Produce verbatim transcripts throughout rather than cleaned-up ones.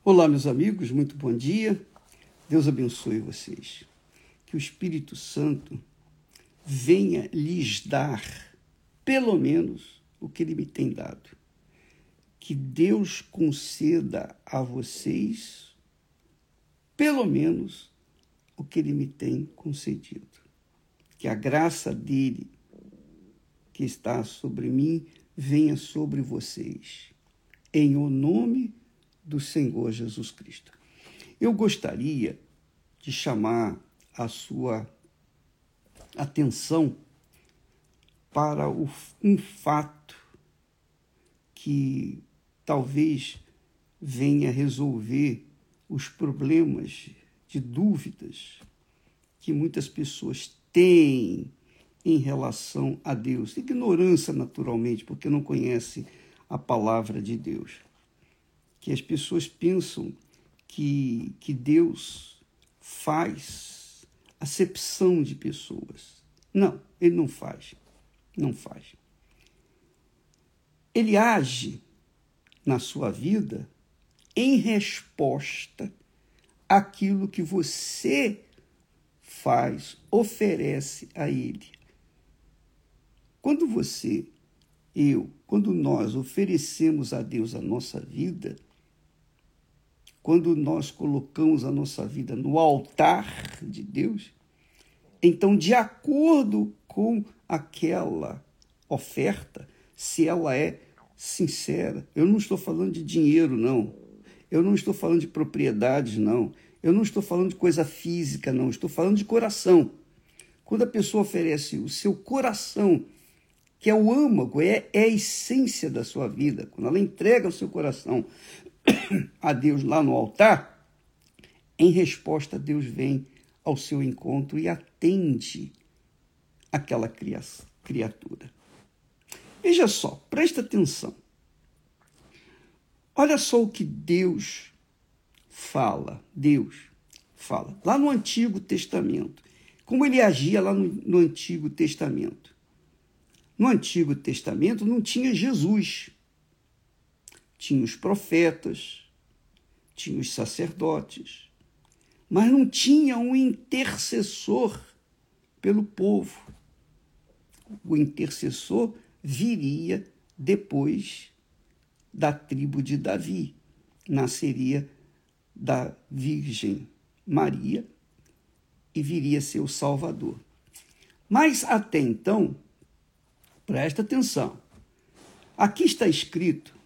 Olá, meus amigos, muito bom dia. Deus abençoe vocês. Que o Espírito Santo venha lhes dar, pelo menos, o que Ele me tem dado. Que Deus conceda a vocês, pelo menos, o que Ele me tem concedido. Que a graça dEle, que está sobre mim, venha sobre vocês. Em o nome do Senhor Jesus Cristo. Eu gostaria de chamar a sua atenção para o, um fato que talvez venha resolver os problemas de dúvidas que muitas pessoas têm em relação a Deus. Ignorância, naturalmente, porque não conhece a palavra de Deus. Que as pessoas pensam que, que Deus faz acepção de pessoas. Não, Ele não faz. Não faz. Ele age na sua vida em resposta àquilo que você faz, oferece a Ele. Quando você, eu, quando nós oferecemos a Deus a nossa vida, quando nós colocamos a nossa vida no altar de Deus, então, de acordo com aquela oferta, se ela é sincera, eu não estou falando de dinheiro, não. Eu não estou falando de propriedades, não. Eu não estou falando de coisa física, não. Estou falando de coração. Quando a pessoa oferece o seu coração, que é o âmago, é, é a essência da sua vida, quando ela entrega o seu coração a Deus lá no altar, em resposta, Deus vem ao seu encontro e atende aquela criatura. Veja só, presta atenção. Olha só o que Deus fala, Deus fala, lá no Antigo Testamento. Como ele agia lá no, no Antigo Testamento. No Antigo Testamento não tinha Jesus. Tinha os profetas, tinha os sacerdotes, mas não tinha um intercessor pelo povo. O intercessor viria depois da tribo de Davi, nasceria da Virgem Maria e viria ser o Salvador. Mas até então, presta atenção, aqui está escrito,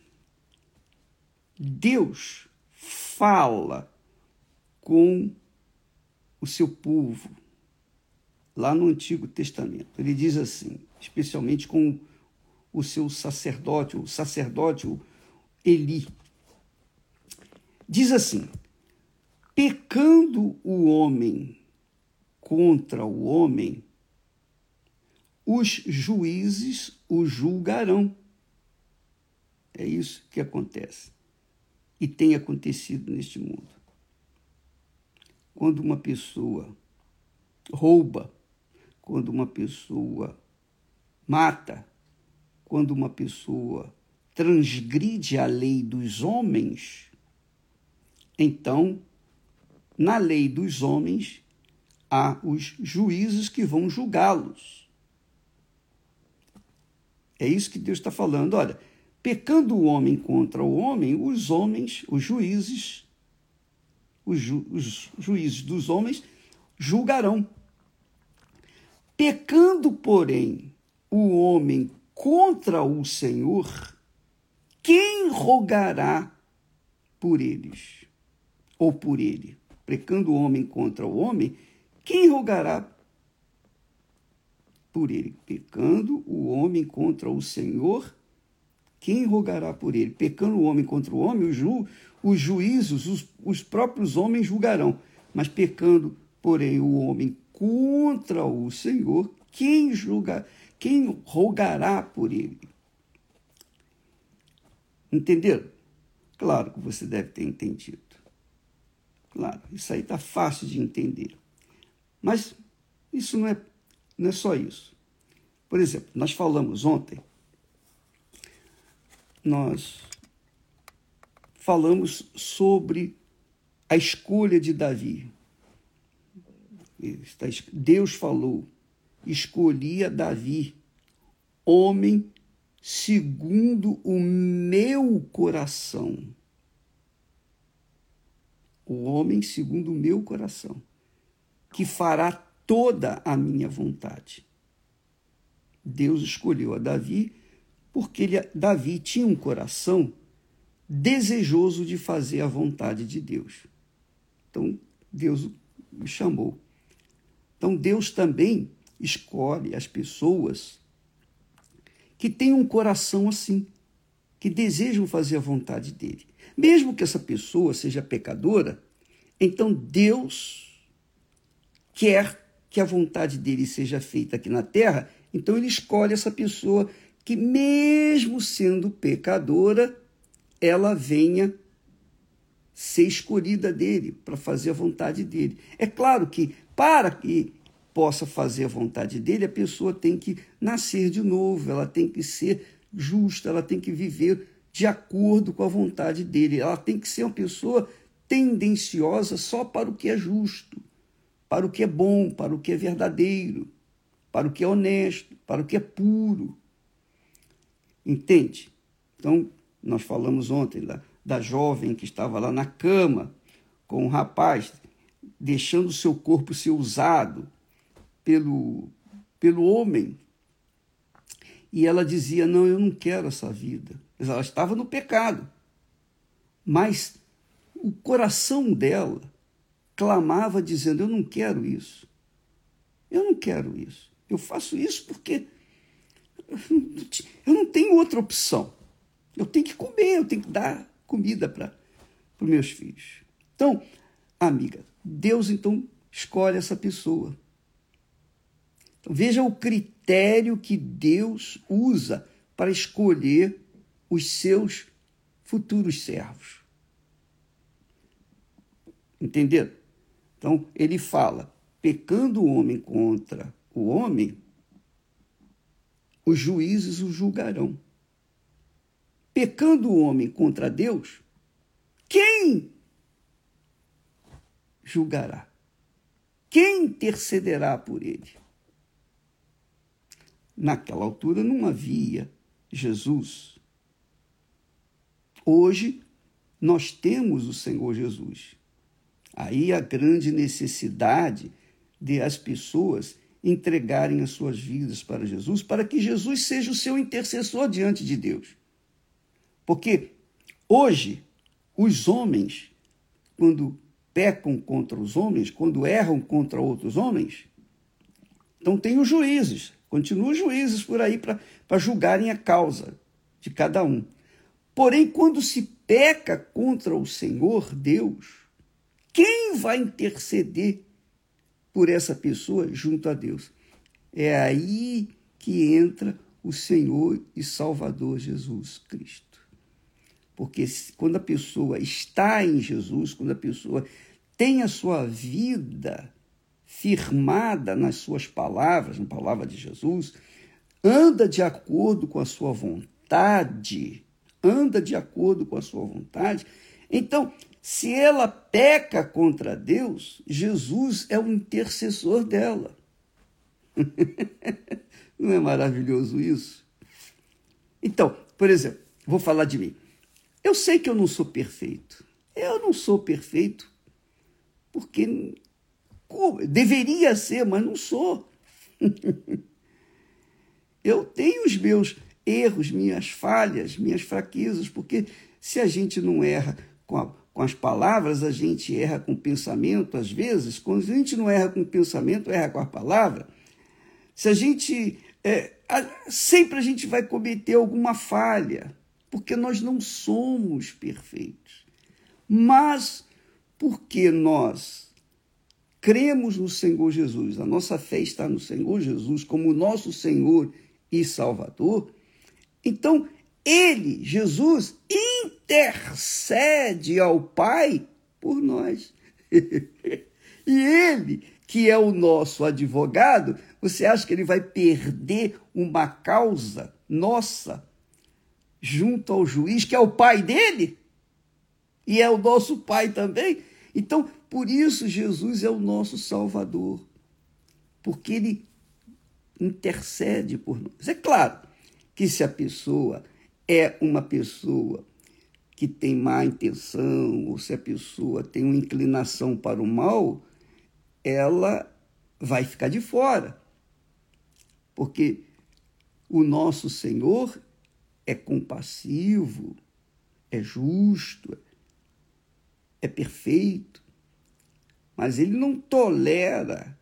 Deus fala com o seu povo, lá no Antigo Testamento. Ele diz assim, especialmente com o seu sacerdote, o sacerdote o Eli. Diz assim, pecando o homem contra o homem, os juízes o julgarão. É isso que acontece. E tem acontecido neste mundo. Quando uma pessoa rouba, quando uma pessoa mata, quando uma pessoa transgride a lei dos homens, então, na lei dos homens, há os juízes que vão julgá-los. É isso que Deus está falando. Olha, pecando o homem contra o homem, os homens, os juízes, os, ju, os juízes dos homens julgarão. Pecando, porém, o homem contra o Senhor, quem rogará por eles? Ou por ele? Pecando o homem contra o homem, quem rogará por ele? Pecando o homem contra o Senhor, quem rogará por ele? Pecando o homem contra o homem, os, ju, os juízos, os, os próprios homens julgarão. Mas pecando, porém, o homem contra o Senhor, quem julga, quem rogará por ele? Entenderam? Claro que você deve ter entendido. Claro, isso aí está fácil de entender. Mas isso não é, não é só isso. Por exemplo, nós falamos ontem, nós falamos sobre a escolha de Davi. Deus falou, escolhi a Davi, homem segundo o meu coração. O homem segundo o meu coração, que fará toda a minha vontade. Deus escolheu a Davi porque ele, Davi tinha um coração desejoso de fazer a vontade de Deus. Então, Deus o chamou. Então, Deus também escolhe as pessoas que têm um coração assim, que desejam fazer a vontade dele. Mesmo que essa pessoa seja pecadora, então Deus quer que a vontade dele seja feita aqui na terra, então ele escolhe essa pessoa que, mesmo sendo pecadora, ela venha ser escolhida dele, para fazer a vontade dele. É claro que, para que possa fazer a vontade dele, a pessoa tem que nascer de novo, ela tem que ser justa, ela tem que viver de acordo com a vontade dele. Ela tem que ser uma pessoa tendenciosa só para o que é justo, para o que é bom, para o que é verdadeiro, para o que é honesto, para o que é puro. Entende? Então, nós falamos ontem da, da jovem que estava lá na cama com um rapaz, deixando o seu corpo ser usado pelo, pelo homem. E ela dizia, não, eu não quero essa vida. Ela estava no pecado. Mas o coração dela clamava dizendo, eu não quero isso. Eu não quero isso. Eu faço isso porque eu não tenho outra opção. Eu tenho que comer, eu tenho que dar comida para os meus filhos. Então, amiga, Deus então escolhe essa pessoa. Então, veja o critério que Deus usa para escolher os seus futuros servos. Entenderam? Então, ele fala, pecando o homem contra o homem, os juízes o julgarão. Pecando o homem contra Deus, quem julgará? Quem intercederá por ele? Naquela altura não havia Jesus. Hoje nós temos o Senhor Jesus. Aí a grande necessidade de as pessoas entregarem as suas vidas para Jesus, para que Jesus seja o seu intercessor diante de Deus. Porque hoje os homens, quando pecam contra os homens, quando erram contra outros homens, então tem os juízes, continuam os juízes por aí para julgarem a causa de cada um. Porém, quando se peca contra o Senhor Deus, quem vai interceder por essa pessoa junto a Deus? É aí que entra o Senhor e Salvador Jesus Cristo. Porque quando a pessoa está em Jesus, quando a pessoa tem a sua vida firmada nas suas palavras, na palavra de Jesus, anda de acordo com a sua vontade, anda de acordo com a sua vontade, então, se ela peca contra Deus, Jesus é o intercessor dela. Não é maravilhoso isso? Então, por exemplo, vou falar de mim. Eu sei que eu não sou perfeito. Eu não sou perfeito porque deveria ser, mas não sou. Eu tenho os meus erros, minhas falhas, minhas fraquezas, porque se a gente não erra com, a, com as palavras, a gente erra com o pensamento, às vezes. Quando a gente não erra com o pensamento, erra com a palavra. Se a gente... É, a, sempre a gente vai cometer alguma falha, porque nós não somos perfeitos. Mas, porque nós cremos no Senhor Jesus, a nossa fé está no Senhor Jesus como nosso Senhor e Salvador, então ele, Jesus, intercede ao Pai por nós. E ele, que é o nosso advogado, você acha que ele vai perder uma causa nossa junto ao juiz, que é o pai dele? e é o nosso Pai também. Então, por isso Jesus é o nosso Salvador, porque ele intercede por nós. É claro que se a pessoa é uma pessoa que tem má intenção, ou se a pessoa tem uma inclinação para o mal, ela vai ficar de fora, porque o nosso Senhor é compassivo, é justo, é perfeito, mas ele não tolera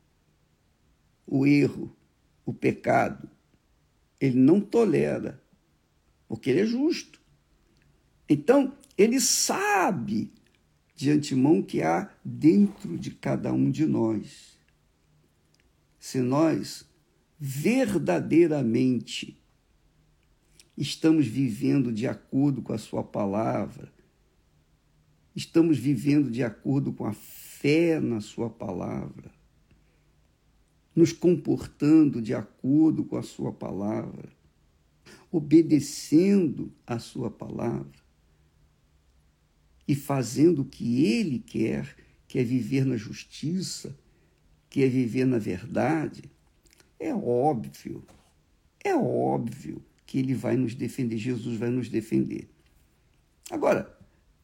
o erro, o pecado. Ele não tolera, porque ele é justo. Então, ele sabe de antemão que há dentro de cada um de nós. Se nós verdadeiramente estamos vivendo de acordo com a sua palavra, estamos vivendo de acordo com a fé na sua palavra, nos comportando de acordo com a sua palavra, obedecendo a sua palavra e fazendo o que ele quer, que é viver na justiça, que é viver na verdade, é óbvio, é óbvio que ele vai nos defender, Jesus vai nos defender. Agora,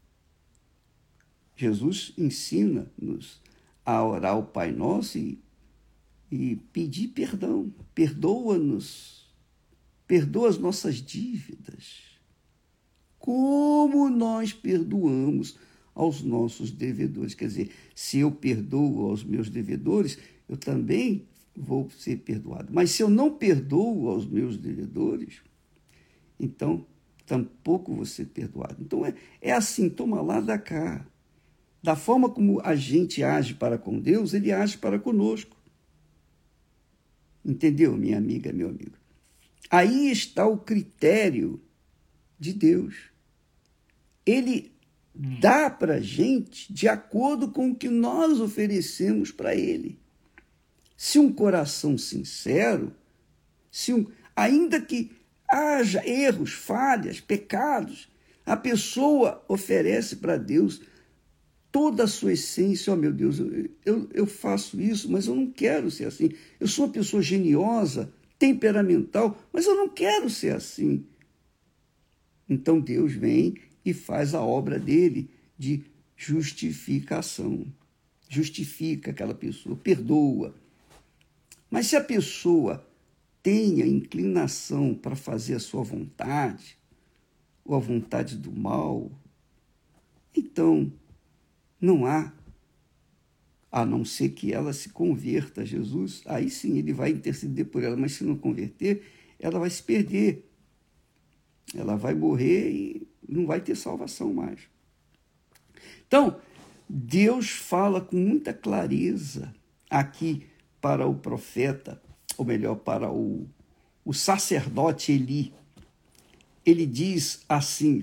Jesus ensina-nos a orar ao Pai Nosso e, e pedir perdão. Perdoa-nos, perdoa as nossas dívidas, como nós perdoamos aos nossos devedores. Quer dizer, se eu perdoo aos meus devedores, eu também vou ser perdoado. Mas se eu não perdoo aos meus devedores, então tampouco vou ser perdoado. Então é, é assim, toma lá da cá. Da forma como a gente age para com Deus, ele age para conosco. Entendeu, minha amiga, meu amigo? Aí está o critério de Deus. Ele dá para a gente de acordo com o que nós oferecemos para ele. Se um coração sincero, se um, ainda que haja erros, falhas, pecados, a pessoa oferece para Deus toda a sua essência. Oh, meu Deus, eu, eu, eu faço isso, mas eu não quero ser assim. Eu sou uma pessoa geniosa, temperamental, mas eu não quero ser assim. Então Deus vem e faz a obra dele de justificação. Justifica aquela pessoa, perdoa. Mas se a pessoa tem a inclinação para fazer a sua vontade, ou a vontade do mal, então não há, a não ser que ela se converta a Jesus, aí sim ele vai interceder por ela, mas se não converter, ela vai se perder. Ela vai morrer e não vai ter salvação mais. Então, Deus fala com muita clareza aqui para o profeta, ou melhor, para o, o sacerdote Eli. Ele diz assim: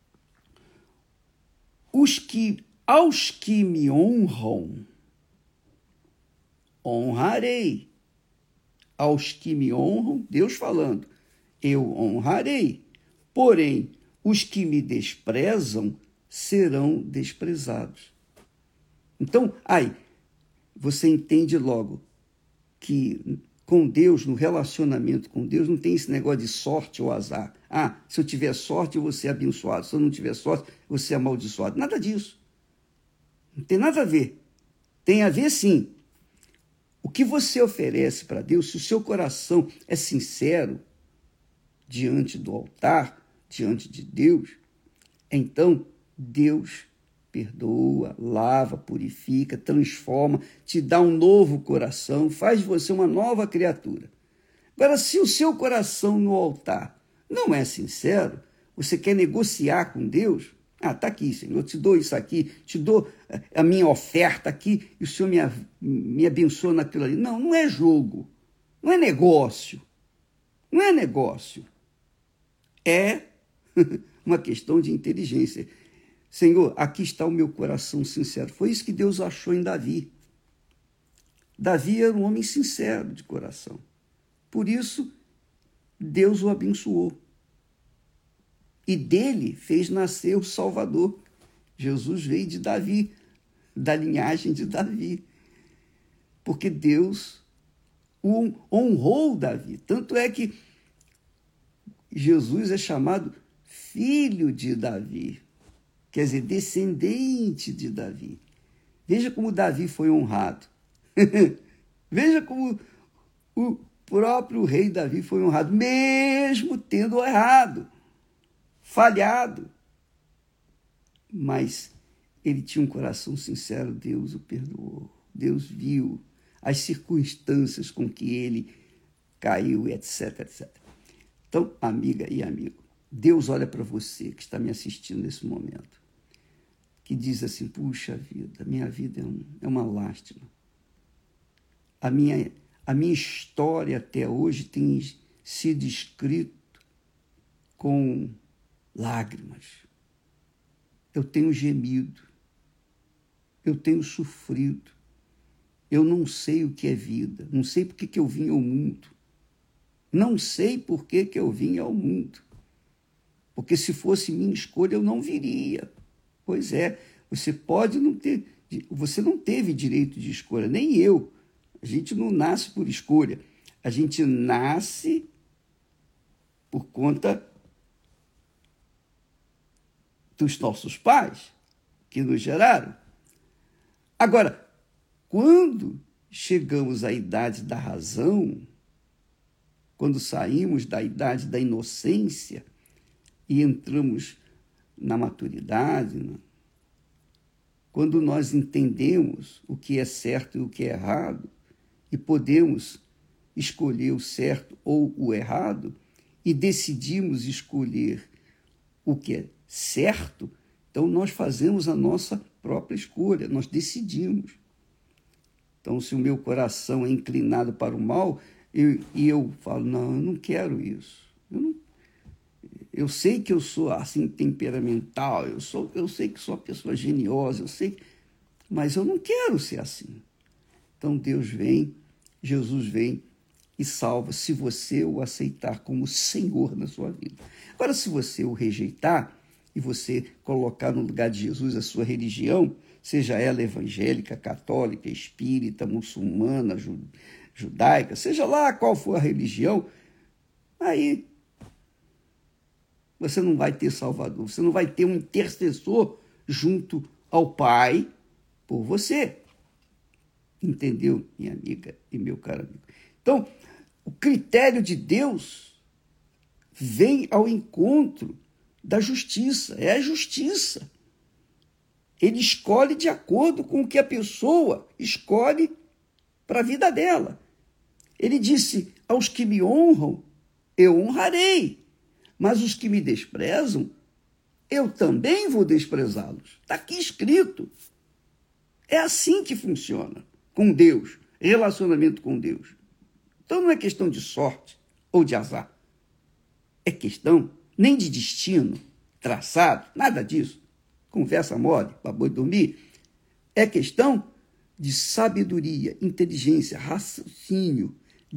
Os que Aos que me honram, honrarei. Aos que me honram, Deus falando, eu honrarei. Porém, os que me desprezam serão desprezados. Então, aí, você entende logo que com Deus, no relacionamento com Deus, não tem esse negócio de sorte ou azar. Ah, se eu tiver sorte, eu vou ser abençoado. Se eu não tiver sorte, eu vou ser amaldiçoado. Nada disso. Não tem nada a ver. Tem a ver, sim. O que você oferece para Deus, se o seu coração é sincero diante do altar, diante de Deus, então Deus perdoa, lava, purifica, transforma, te dá um novo coração, faz de você uma nova criatura. Agora, se o seu coração no altar não é sincero, você quer negociar com Deus, ah, está aqui, Senhor, eu te dou isso aqui, te dou a minha oferta aqui, e o Senhor me, me abençoa naquilo ali. Não, não é jogo, não é negócio, não é negócio. É uma questão de inteligência. Senhor, aqui está o meu coração sincero. Foi isso que Deus achou em Davi. Davi era um homem sincero de coração. Por isso, Deus o abençoou. E dele fez nascer o Salvador, Jesus veio de Davi, da linhagem de Davi. Porque Deus o honrou Davi. Tanto é que Jesus é chamado filho de Davi, quer dizer, descendente de Davi. Veja como Davi foi honrado. Veja como o próprio rei Davi foi honrado, mesmo tendo errado, falhado. Mas ele tinha um coração sincero, Deus o perdoou. Deus viu as circunstâncias com que ele caiu, etc, etcétera. Então, amiga e amigo, Deus olha para você que está me assistindo nesse momento, que diz assim, puxa vida, minha vida é, um, é uma lástima. A minha, a minha história até hoje tem sido escrita com lágrimas. Eu tenho gemido, eu tenho sofrido, eu não sei o que é vida, não sei por que que eu vim ao mundo, não sei por que que eu vim ao mundo, porque se fosse minha escolha eu não viria. Pois é, você pode não ter, você não teve direito de escolha, nem eu. A gente não nasce por escolha, a gente nasce por conta dos nossos pais, que nos geraram. Agora, quando chegamos à idade da razão, quando saímos da idade da inocência e entramos na maturidade, né? Quando nós entendemos o que é certo e o que é errado, e podemos escolher o certo ou o errado, e decidimos escolher o que é certo, então nós fazemos a nossa própria escolha, nós decidimos. Então, se o meu coração é inclinado para o mal, eu, e eu falo, não, eu não quero isso. Eu, não, eu sei que eu sou assim temperamental, eu, sou, eu sei que sou uma pessoa geniosa, eu sei, mas eu não quero ser assim. Então, Deus vem, Jesus vem e salva, se você o aceitar como Senhor na sua vida. Agora, se você o rejeitar e você colocar no lugar de Jesus a sua religião, seja ela evangélica, católica, espírita, muçulmana, judaica, seja lá qual for a religião, aí você não vai ter Salvador, você não vai ter um intercessor junto ao Pai por você. Entendeu, minha amiga e meu caro amigo? Então, o critério de Deus vem ao encontro da justiça, é a justiça. Ele escolhe de acordo com o que a pessoa escolhe para a vida dela. Ele disse, aos que me honram, eu honrarei, mas os que me desprezam, eu também vou desprezá-los. Está aqui escrito. É assim que funciona com Deus, relacionamento com Deus. Então não é questão de sorte ou de azar. É questão nem de destino traçado, nada disso. Conversa mole, para boi dormir. É questão de sabedoria, inteligência, raciocínio,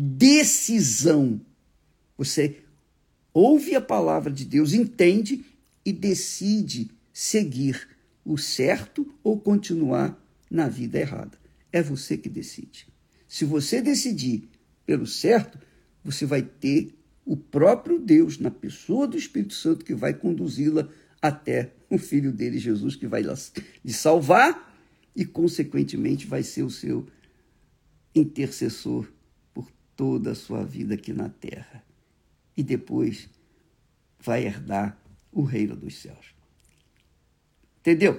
decisão. Você ouve a palavra de Deus, entende e decide seguir o certo ou continuar na vida errada. É você que decide. Se você decidir pelo certo, você vai ter o próprio Deus na pessoa do Espírito Santo que vai conduzi-la até o Filho dele, Jesus, que vai lhe salvar e, consequentemente, vai ser o seu intercessor por toda a sua vida aqui na terra. E depois vai herdar o reino dos céus. Entendeu?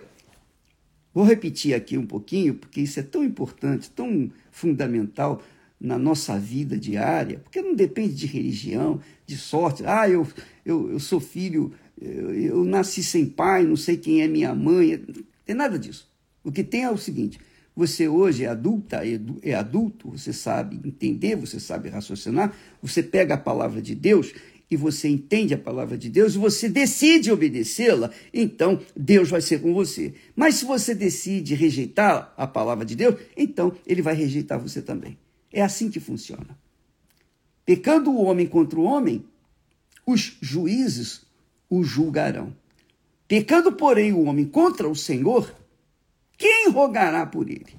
Vou repetir aqui um pouquinho, porque isso é tão importante, tão fundamental na nossa vida diária, porque não depende de religião, de sorte. Ah, eu, eu, eu sou filho, eu, eu nasci sem pai, não sei quem é minha mãe. Não tem nada disso. O que tem é o seguinte, você hoje é adulta, é adulto, você sabe entender, você sabe raciocinar, você pega a palavra de Deus e você entende a palavra de Deus e você decide obedecê-la, então Deus vai ser com você. Mas se você decide rejeitar a palavra de Deus, então ele vai rejeitar você também. É assim que funciona. Pecando o homem contra o homem, os juízes o julgarão. Pecando, porém, o homem contra o Senhor, quem rogará por ele?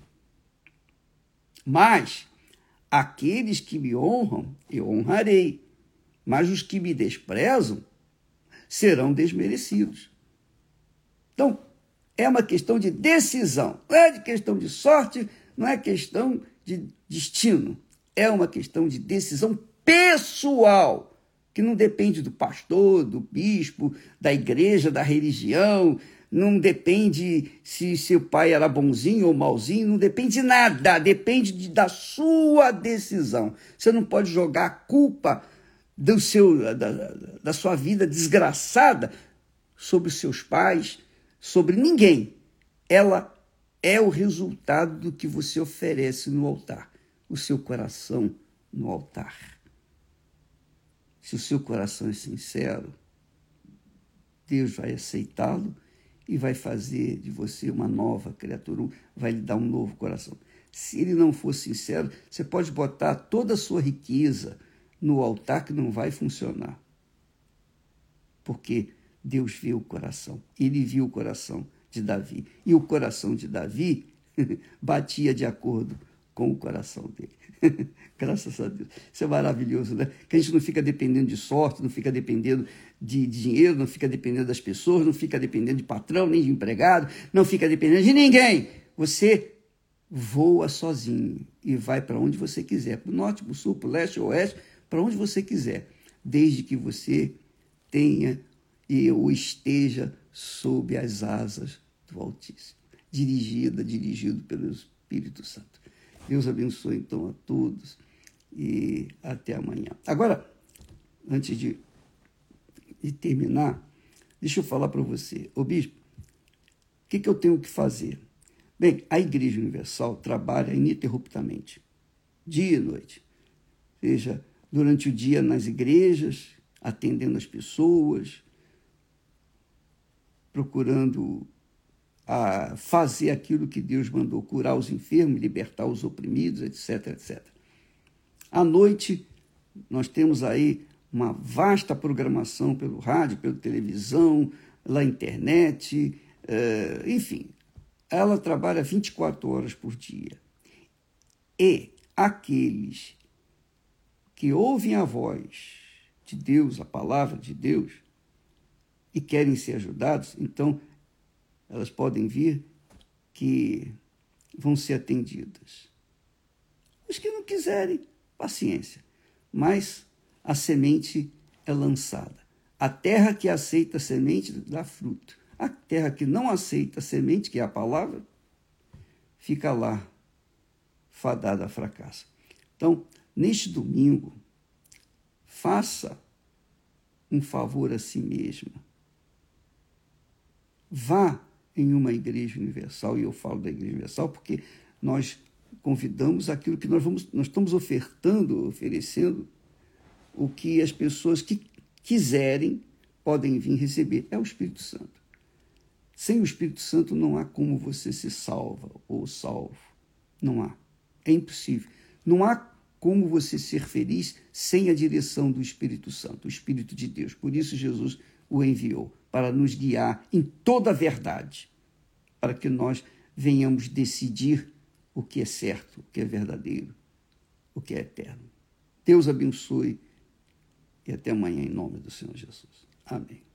Mas aqueles que me honram, eu honrarei, mas os que me desprezam serão desmerecidos. Então, é uma questão de decisão, não é de questão de sorte, não é questão de destino, é uma questão de decisão pessoal, que não depende do pastor, do bispo, da igreja, da religião, não depende se seu pai era bonzinho ou malzinho, não depende de nada, depende de, da sua decisão. Você não pode jogar a culpa do seu, da, da sua vida desgraçada sobre os seus pais, sobre ninguém. Ela é o resultado do que você oferece no altar, o seu coração no altar. Se o seu coração é sincero, Deus vai aceitá-lo e vai fazer de você uma nova criatura, vai lhe dar um novo coração. Se ele não for sincero, você pode botar toda a sua riqueza no altar que não vai funcionar. Porque Deus vê o coração. Ele viu o coração de Davi. E o coração de Davi batia de acordo com o coração dele. Graças a Deus. Isso é maravilhoso, né? Que a gente não fica dependendo de sorte, não fica dependendo de dinheiro, não fica dependendo das pessoas, não fica dependendo de patrão, nem de empregado, não fica dependendo de ninguém. Você voa sozinho e vai para onde você quiser, para o norte, para o sul, para o leste, para o oeste, para onde você quiser, desde que você tenha e ou esteja sob as asas do Altíssimo, dirigida, dirigido pelo Espírito Santo. Deus abençoe, então, a todos e até amanhã. Agora, antes de, de terminar, deixa eu falar para você. Ô bispo, o que, que eu tenho que fazer? Bem, a Igreja Universal trabalha ininterruptamente, dia e noite. Seja durante o dia nas igrejas, atendendo as pessoas, procurando a fazer aquilo que Deus mandou, curar os enfermos, libertar os oprimidos, etc, etcétera. À noite, nós temos aí uma vasta programação pelo rádio, pela televisão, pela internet, uh, enfim. Ela trabalha vinte e quatro horas por dia. E aqueles que ouvem a voz de Deus, a palavra de Deus, e querem ser ajudados, então elas podem vir que vão ser atendidas. Os que não quiserem, paciência. Mas a semente é lançada. A terra que aceita a semente dá fruto. A terra que não aceita a semente, que é a palavra, fica lá, fadada a fracasso. Então, neste domingo, faça um favor a si mesma. Vá em uma igreja universal, e eu falo da igreja universal porque nós convidamos aquilo que nós, vamos, nós estamos ofertando, oferecendo, o que as pessoas que quiserem podem vir receber. É o Espírito Santo. Sem o Espírito Santo não há como você se salva ou salvo. Não há. É impossível. Não há como você ser feliz sem a direção do Espírito Santo, o Espírito de Deus. Por isso Jesus o enviou, para nos guiar em toda a verdade, para que nós venhamos decidir o que é certo, o que é verdadeiro, o que é eterno. Deus abençoe e até amanhã em nome do Senhor Jesus. Amém.